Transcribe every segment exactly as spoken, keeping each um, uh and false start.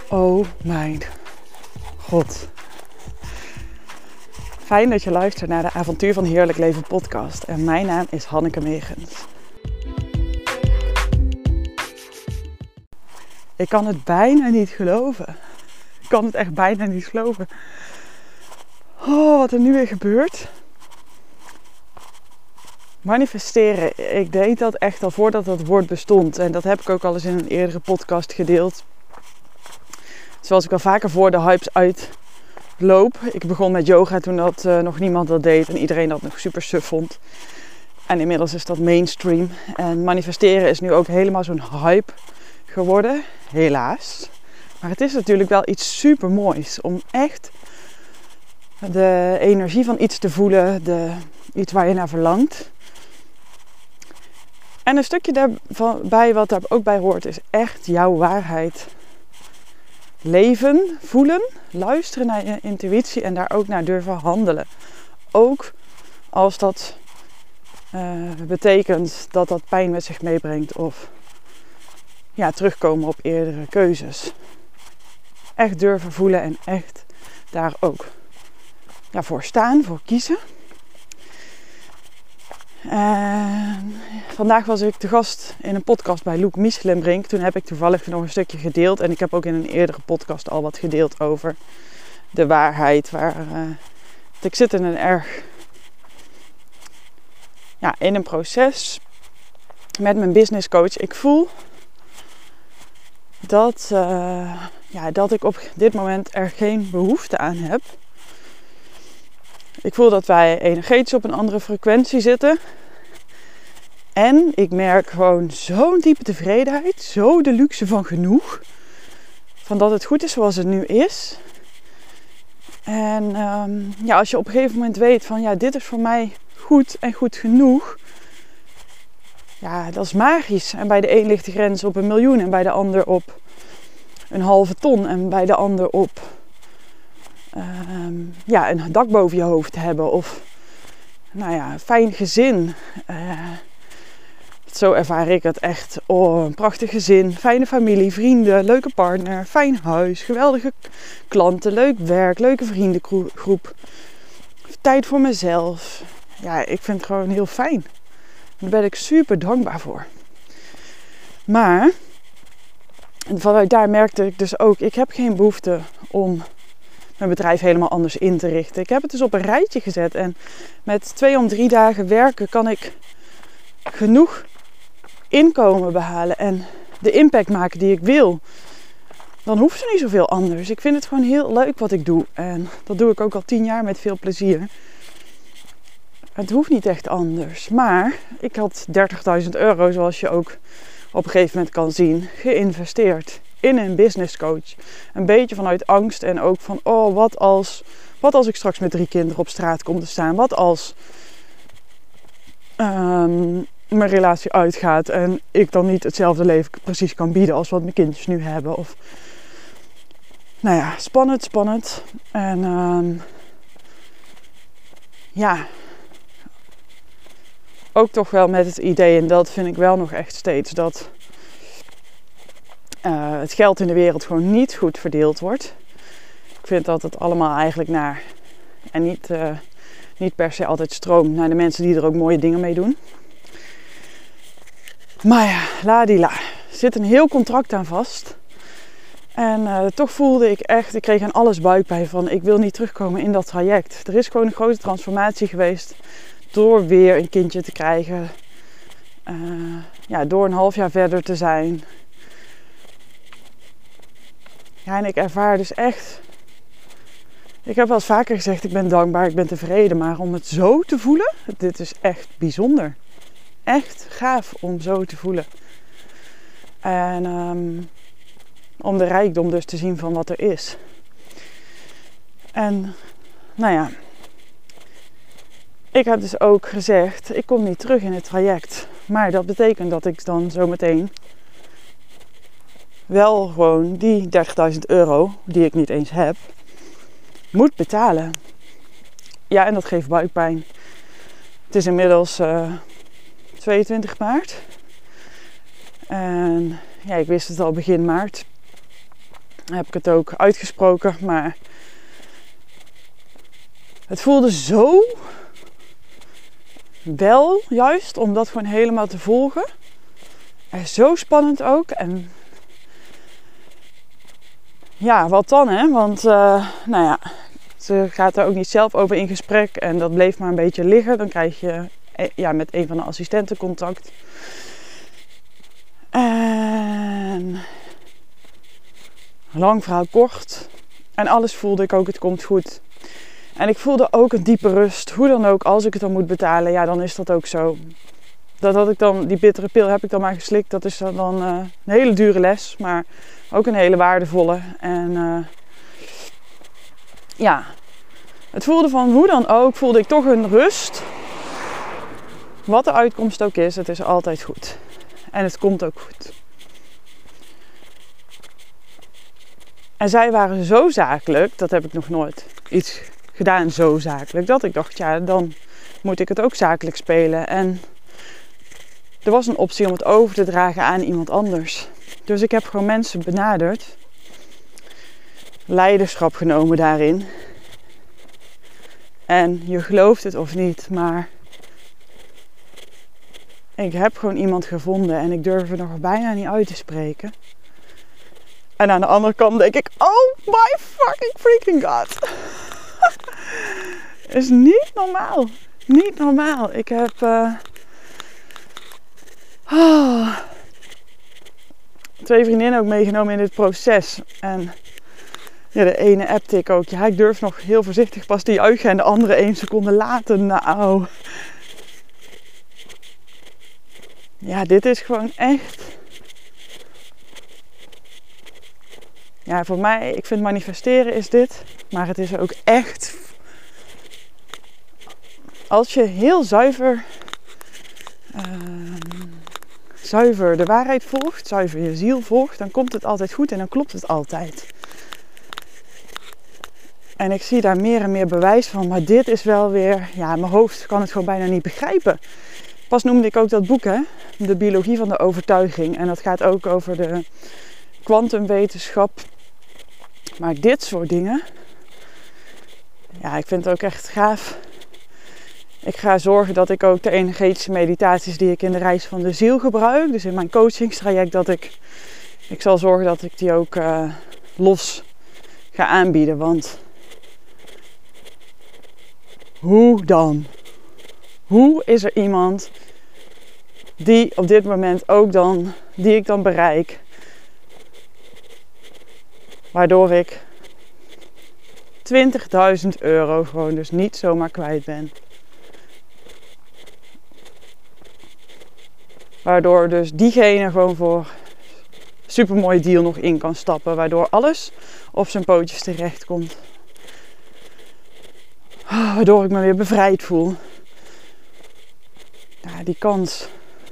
Oh mijn god. Fijn dat je luistert naar de Avontuur van Heerlijk Leven podcast. En mijn naam is Hanneke Megens. Ik kan het bijna niet geloven. Ik kan het echt bijna niet geloven. Oh, wat er nu weer gebeurt. Manifesteren. Ik deed dat echt al voordat dat woord bestond. En dat heb ik ook al eens in een eerdere podcast gedeeld. Zoals ik al vaker voor de hypes uitloop. Ik begon met yoga toen dat uh, nog niemand dat deed. En iedereen dat nog super suf vond. En inmiddels is dat mainstream. En manifesteren is nu ook helemaal zo'n hype geworden. Helaas. Maar het is natuurlijk wel iets super moois. Om echt de energie van iets te voelen. De, iets waar je naar verlangt. En een stukje daarbij wat daar ook bij hoort is echt jouw waarheid. Leven, voelen, luisteren naar je intuïtie en daar ook naar durven handelen. Ook als dat uh, betekent dat dat pijn met zich meebrengt of ja, terugkomen op eerdere keuzes. Echt durven voelen en echt daar ook ja, voor staan, voor kiezen. En vandaag was ik te gast in een podcast bij Loek Michelenbrink. Toen heb ik toevallig nog een stukje gedeeld. En ik heb ook in een eerdere podcast al wat gedeeld over de waarheid. Waar, uh, ik zit in een erg... Ja, in een proces met mijn business coach. Ik voel dat, uh, ja, dat ik op dit moment er geen behoefte aan heb. Ik voel dat wij energetisch op een andere frequentie zitten. En ik merk gewoon zo'n diepe tevredenheid. Zo de luxe van genoeg. Van dat het goed is zoals het nu is. En um, ja, als je op een gegeven moment weet van ja, dit is voor mij goed en goed genoeg. Ja, dat is magisch. En bij de een ligt de grens op een miljoen. En bij de ander op een halve ton. En bij de ander op... Um, ja, een dak boven je hoofd te hebben of nou ja, een fijn gezin. Uh, zo ervaar ik het echt. Oh, een prachtig gezin, fijne familie, vrienden, leuke partner, fijn huis, geweldige klanten, leuk werk, leuke vriendengroep. Tijd voor mezelf. Ja, ik vind het gewoon heel fijn. Daar ben ik super dankbaar voor. Maar vanuit daar merkte ik dus ook, ik heb geen behoefte om mijn bedrijf helemaal anders in te richten. Ik heb het dus op een rijtje gezet. En met twee om drie dagen werken kan ik genoeg inkomen behalen. En de impact maken die ik wil. Dan hoeft er niet zoveel anders. Ik vind het gewoon heel leuk wat ik doe. En dat doe ik ook al tien jaar met veel plezier. Het hoeft niet echt anders. Maar ik had dertigduizend euro, zoals je ook op een gegeven moment kan zien, geïnvesteerd in een business coach. Een beetje vanuit angst en ook van, oh, wat als, wat als ik straks met drie kinderen op straat kom te staan? Wat als um, mijn relatie uitgaat en ik dan niet hetzelfde leven precies kan bieden als wat mijn kindjes nu hebben? Of, nou ja, spannend, spannend. En um, ja, ook toch wel met het idee, en dat vind ik wel nog echt steeds, dat Uh, het geld in de wereld gewoon niet goed verdeeld wordt. Ik vind dat het allemaal eigenlijk naar, en niet, uh, niet per se altijd stroomt naar de mensen die er ook mooie dingen mee doen. Maar ja, ladila. Er zit een heel contract aan vast. En uh, toch voelde ik echt, ik kreeg aan alles buikpijn van, ik wil niet terugkomen in dat traject. Er is gewoon een grote transformatie geweest door weer een kindje te krijgen. Uh, ja, door een half jaar verder te zijn. Ja, en ik ervaar dus echt... Ik heb wel eens vaker gezegd, ik ben dankbaar, ik ben tevreden. Maar om het zo te voelen, dit is echt bijzonder. Echt gaaf om zo te voelen. En um, om de rijkdom dus te zien van wat er is. En, nou ja. Ik heb dus ook gezegd, ik kom niet terug in het traject. Maar dat betekent dat ik dan zometeen wel gewoon die dertigduizend euro, die ik niet eens heb, moet betalen. Ja, en dat geeft buikpijn. Het is inmiddels uh, tweeëntwintig maart. En ja, ik wist het al begin maart. heb ik het ook uitgesproken. Maar het voelde zo wel juist om dat gewoon helemaal te volgen. En zo spannend ook. En ja, wat dan hè? Want uh, nou ja, ze gaat er ook niet zelf over in gesprek. En dat bleef maar een beetje liggen. Dan krijg je ja, met een van de assistenten contact. En lang verhaal kort. En alles voelde ik ook, het komt goed. En ik voelde ook een diepe rust. Hoe dan ook, als ik het dan moet betalen, ja, dan is dat ook zo. Dat had ik dan, die bittere pil heb ik dan maar geslikt. Dat is dan uh, een hele dure les, maar ook een hele waardevolle. En uh, ja, het voelde van hoe dan ook, voelde ik toch een rust. Wat de uitkomst ook is, het is altijd goed. En het komt ook goed. En zij waren zo zakelijk, dat heb ik nog nooit iets gedaan zo zakelijk, dat ik dacht, ja, dan moet ik het ook zakelijk spelen. En er was een optie om het over te dragen aan iemand anders. Dus ik heb gewoon mensen benaderd. Leiderschap genomen daarin. En je gelooft het of niet, maar ik heb gewoon iemand gevonden en ik durf het nog bijna niet uit te spreken. En aan de andere kant denk ik, oh my fucking freaking god. Is niet normaal. Niet normaal. Ik heb uh, oh, twee vriendinnen ook meegenomen in dit proces. En ja, de ene appte ik ook. Ja, ik durf nog heel voorzichtig pas te juichen. En de andere één seconde later. Nou. Ja, dit is gewoon echt. Ja, voor mij, ik vind manifesteren is dit. Maar het is ook echt. Als je heel zuiver. Uh, zuiver de waarheid volgt. Zuiver je ziel volgt. Dan komt het altijd goed en dan klopt het altijd. En ik zie daar meer en meer bewijs van. Maar dit is wel weer. Ja, mijn hoofd kan het gewoon bijna niet begrijpen. Pas noemde ik ook dat boek, hè. De biologie van de overtuiging. En dat gaat ook over de kwantumwetenschap. Maar dit soort dingen. Ja, ik vind het ook echt gaaf. Ik ga zorgen dat ik ook de energetische meditaties die ik in de reis van de ziel gebruik. Dus in mijn coachingstraject dat ik. Ik zal zorgen dat ik die ook uh, los ga aanbieden. Want. Hoe dan? Hoe is er iemand die op dit moment ook dan, die ik dan bereik, waardoor ik twintigduizend euro gewoon dus niet zomaar kwijt ben. Waardoor dus diegene gewoon voor een supermooie deal nog in kan stappen. Waardoor alles op zijn pootjes terecht komt. Waardoor ik me weer bevrijd voel. Ja, die kans.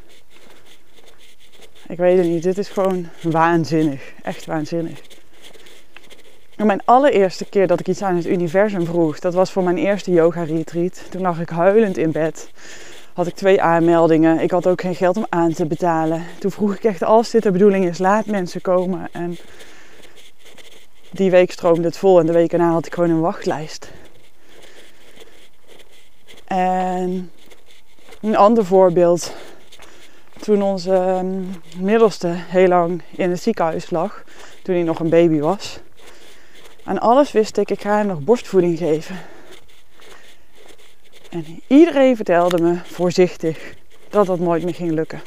Ik weet het niet. Dit is gewoon waanzinnig. Echt waanzinnig. En mijn allereerste keer dat ik iets aan het universum vroeg. Dat was voor mijn eerste yoga retreat. Toen lag ik huilend in bed. Had ik twee aanmeldingen. Ik had ook geen geld om aan te betalen. Toen vroeg ik echt, als dit de bedoeling is, laat mensen komen. En die week stroomde het vol. En de week erna had ik gewoon een wachtlijst. En een ander voorbeeld. Toen onze um, middelste heel lang in het ziekenhuis lag. Toen hij nog een baby was. Aan alles wist ik, ik ga hem nog borstvoeding geven. En iedereen vertelde me voorzichtig dat dat nooit meer ging lukken.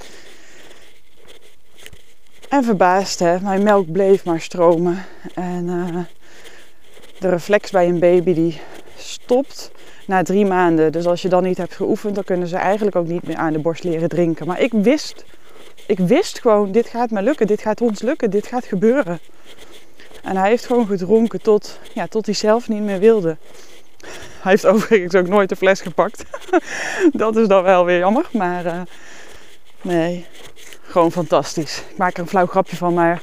En verbaasd, hè, mijn melk bleef maar stromen. En uh, de reflex bij een baby die stopt na drie maanden. Dus als je dan niet hebt geoefend, dan kunnen ze eigenlijk ook niet meer aan de borst leren drinken. Maar ik wist, ik wist gewoon, dit gaat me lukken, dit gaat ons lukken, dit gaat gebeuren. En hij heeft gewoon gedronken tot, ja, tot hij zelf niet meer wilde. Hij heeft overigens ook nooit de fles gepakt. Dat is dan wel weer jammer. Maar uh, nee, gewoon fantastisch. Ik maak er een flauw grapje van, maar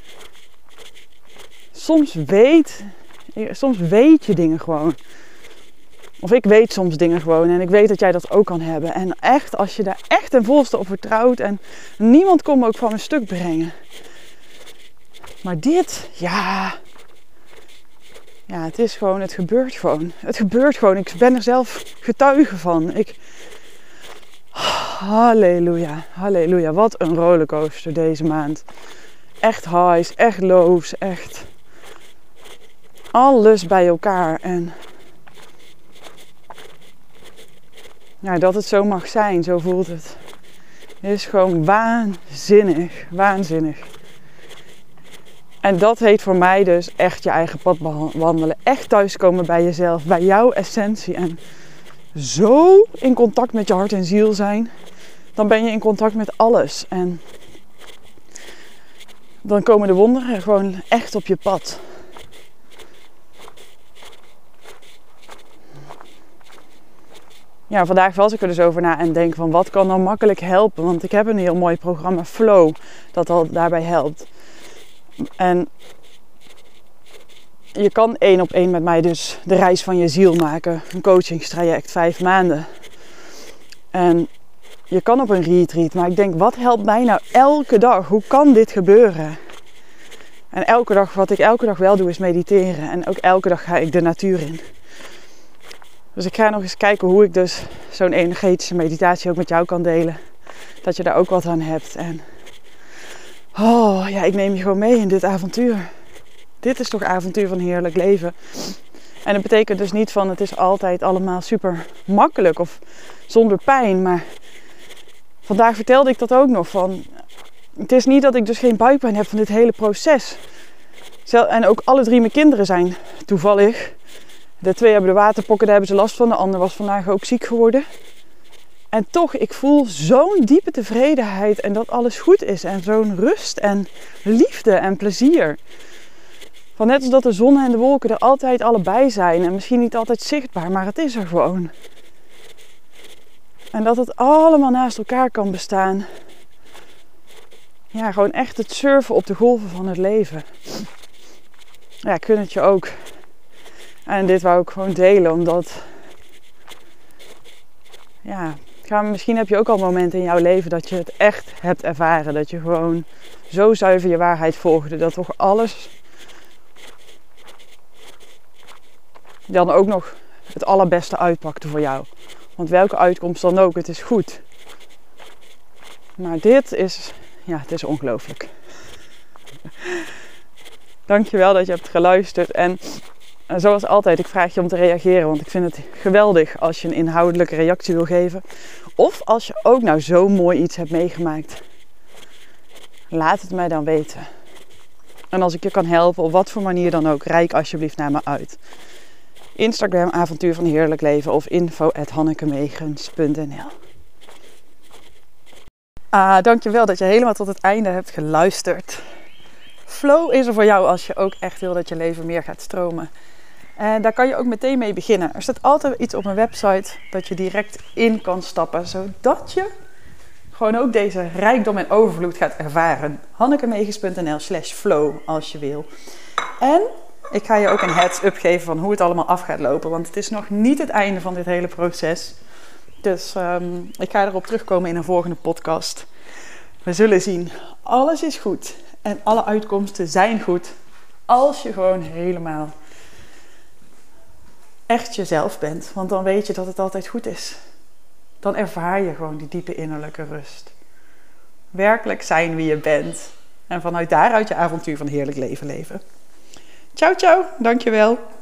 soms weet, soms weet je dingen gewoon. Of ik weet soms dingen gewoon en ik weet dat jij dat ook kan hebben. En echt, als je daar echt ten volste op vertrouwt en niemand kon me ook van mijn stuk brengen. Maar dit, ja... Ja, het is gewoon, het gebeurt gewoon. Het gebeurt gewoon. Ik ben er zelf getuige van. Ik... Halleluja, halleluja. Wat een rollercoaster deze maand. Echt highs, echt lows, echt... Alles bij elkaar. En... Ja, dat het zo mag zijn, zo voelt het. Het is gewoon waanzinnig, waanzinnig. En dat heet voor mij dus echt je eigen pad wandelen. Echt thuiskomen bij jezelf, bij jouw essentie. En zo in contact met je hart en ziel zijn. Dan ben je in contact met alles. En dan komen de wonderen gewoon echt op je pad. Ja, vandaag was ik er dus over na en denk van wat kan dan makkelijk helpen. Want ik heb een heel mooi programma Flow dat al daarbij helpt. En je kan één op één met mij dus de reis van je ziel maken. Een coachingstraject, vijf maanden. En je kan op een retreat, maar ik denk wat helpt mij nou elke dag? Hoe kan dit gebeuren? En elke dag, wat ik elke dag wel doe is mediteren. En ook elke dag ga ik de natuur in. Dus ik ga nog eens kijken hoe ik dus zo'n energetische meditatie ook met jou kan delen. Dat je daar ook wat aan hebt. En oh ja, ik neem je gewoon mee in dit avontuur. Dit is toch avontuur van heerlijk leven. En dat betekent dus niet van het is altijd allemaal super makkelijk of zonder pijn. Maar vandaag vertelde ik dat ook nog van. Het is niet dat ik dus geen buikpijn heb van dit hele proces. En ook alle drie mijn kinderen zijn toevallig. De twee hebben de waterpokken, daar hebben ze last van. De ander was vandaag ook ziek geworden. En toch, ik voel zo'n diepe tevredenheid en dat alles goed is. En zo'n rust en liefde en plezier. Van net als dat de zon en de wolken er altijd allebei zijn. En misschien niet altijd zichtbaar, maar het is er gewoon. En dat het allemaal naast elkaar kan bestaan. Ja, gewoon echt het surfen op de golven van het leven. Ja, ik gun het je ook. En dit wou ik gewoon delen, omdat... Ja, misschien heb je ook al momenten in jouw leven dat je het echt hebt ervaren. Dat je gewoon zo zuiver je waarheid volgde. Dat toch alles... dan ook nog het allerbeste uitpakte voor jou. Want welke uitkomst dan ook, het is goed. Maar dit is... Ja, het is ongelooflijk. Dankjewel dat je hebt geluisterd. En zoals altijd, ik vraag je om te reageren. Want ik vind het geweldig als je een inhoudelijke reactie wil geven. Of als je ook nou zo mooi iets hebt meegemaakt. Laat het mij dan weten. En als ik je kan helpen, op wat voor manier dan ook, reik alsjeblieft naar me uit. Instagram Avontuur van Heerlijk Leven of info at hannekemegens punt n l. Ah, dankjewel dat je helemaal tot het einde hebt geluisterd. Flow is er voor jou als je ook echt wil dat je leven meer gaat stromen. En daar kan je ook meteen mee beginnen. Er staat altijd iets op mijn website dat je direct in kan stappen. Zodat je gewoon ook deze rijkdom en overvloed gaat ervaren. hannekemegens punt n l slash flow als je wil. En ik ga je ook een heads-up geven van hoe het allemaal af gaat lopen. Want het is nog niet het einde van dit hele proces. Dus um, ik ga erop terugkomen in een volgende podcast. We zullen zien. Alles is goed. En alle uitkomsten zijn goed. Als je gewoon helemaal echt jezelf bent. Want dan weet je dat het altijd goed is. Dan ervaar je gewoon die diepe innerlijke rust. Werkelijk zijn wie je bent. En vanuit daaruit je avontuur van heerlijk leven leven. Ciao, ciao. Dankjewel.